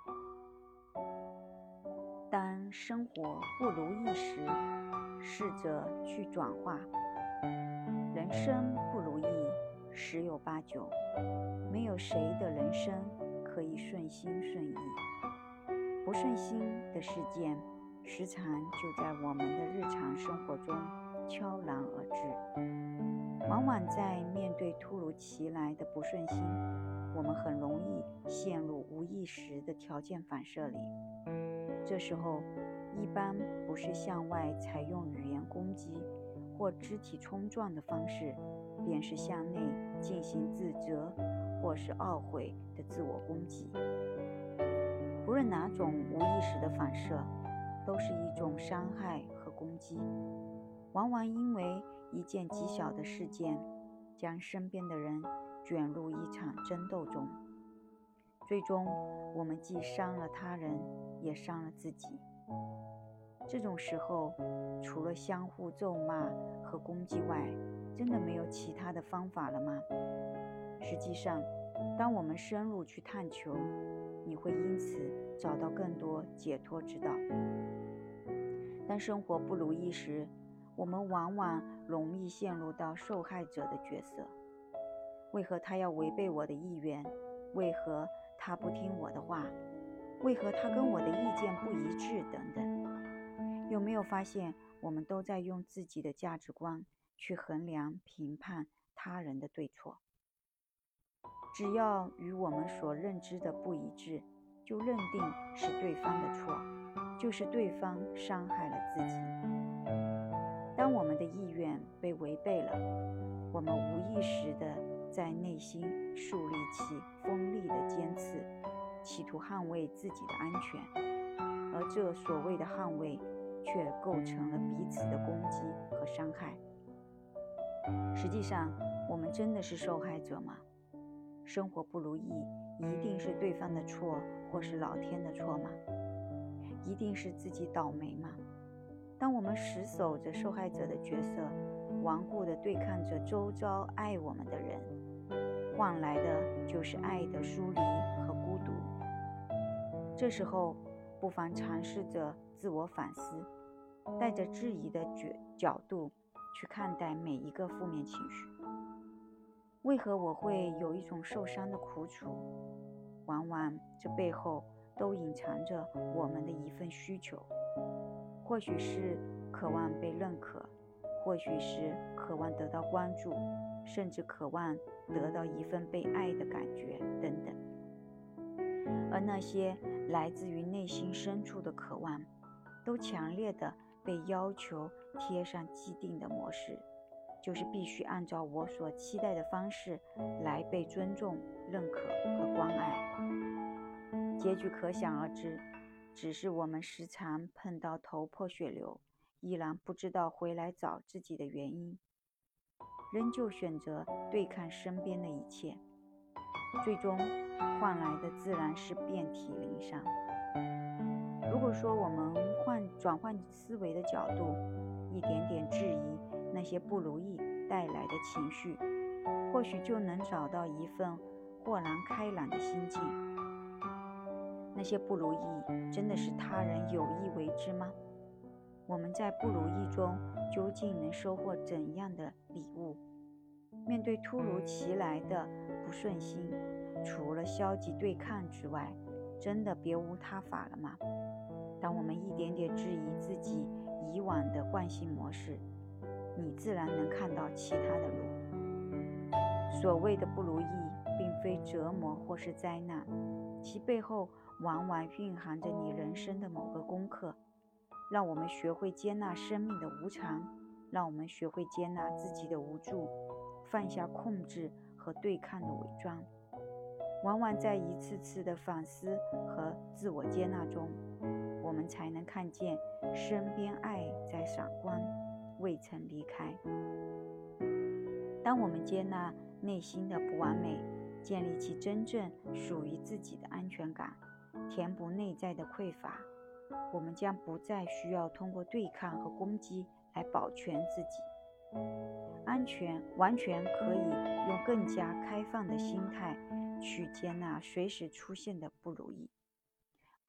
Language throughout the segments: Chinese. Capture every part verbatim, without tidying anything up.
当生活不如意时，试着去转化。人生不如意十有八九，没有谁的人生可以顺心顺意。不顺心的事件时常就在我们的日常生活中悄然而至。往往在面对突如其来的不顺心，我们很容易陷入无意识的条件反射里。这时候一般不是向外采用语言攻击或肢体冲撞的方式，便是向内进行自责或是懊悔的自我攻击。不论哪种无意识的反射，都是一种伤害和攻击，往往因为一件极小的事件，将身边的人卷入一场争斗中，最终我们既伤了他人，也伤了自己。这种时候，除了相互咒骂和攻击外，真的没有其他的方法了吗？实际上，当我们深入去探求，你会因此找到更多解脱之道。当生活不如意时，我们往往容易陷入到受害者的角色。为何他要违背我的意愿？为何他不听我的话？为何他跟我的意见不一致？等等。有没有发现，我们都在用自己的价值观去衡量、评判他人的对错？只要与我们所认知的不一致，就认定是对方的错，就是对方伤害了自己。当我们的意愿被违背了，我们无意识地在内心树立起锋利的尖刺，企图捍卫自己的安全，而这所谓的捍卫却构成了彼此的攻击和伤害。实际上，我们真的是受害者吗？生活不如意一定是对方的错，或是老天的错吗？一定是自己倒霉吗？当我们死守着受害者的角色，顽固地对抗着周遭爱我们的人，换来的就是爱的疏离和孤独。这时候不妨尝试着自我反思，带着质疑的角度去看待每一个负面情绪。为何我会有一种受伤的苦楚？往往这背后都隐藏着我们的一份需求，或许是渴望被认可，或许是渴望得到关注，甚至渴望得到一份被爱的感觉等等。而那些来自于内心深处的渴望，都强烈地被要求贴上既定的模式，就是必须按照我所期待的方式来被尊重、认可和关爱。结局可想而知，只是我们时常碰到头破血流，依然不知道回来找自己的原因，仍旧选择对抗身边的一切，最终换来的自然是遍体鳞伤。如果说我们换转换思维的角度，一点点质疑那些不如意带来的情绪，或许就能找到一份豁然开朗的心境。那些不如意真的是他人有意为之吗？我们在不如意中究竟能收获怎样的礼物？面对突如其来的不顺心，除了消极对抗之外，真的别无他法了吗？当我们一点点质疑自己以往的惯性模式，你自然能看到其他的路。所谓的不如意，并非折磨或是灾难，其背后往往蕴含着你人生的某个功课，让我们学会接纳生命的无常，让我们学会接纳自己的无助，放下控制和对抗的伪装。往往在一次次的反思和自我接纳中，我们才能看见身边爱在闪光，未曾离开。当我们接纳内心的不完美，建立起真正属于自己的安全感，填补内在的匮乏，我们将不再需要通过对抗和攻击来保全自己，安全完全可以用更加开放的心态去接纳随时出现的不如意。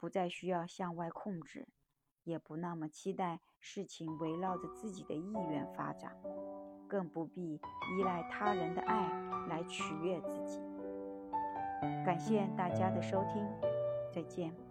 不再需要向外控制，也不那么期待事情围绕着自己的意愿发展，更不必依赖他人的爱来取悦自己。感谢大家的收听，再见。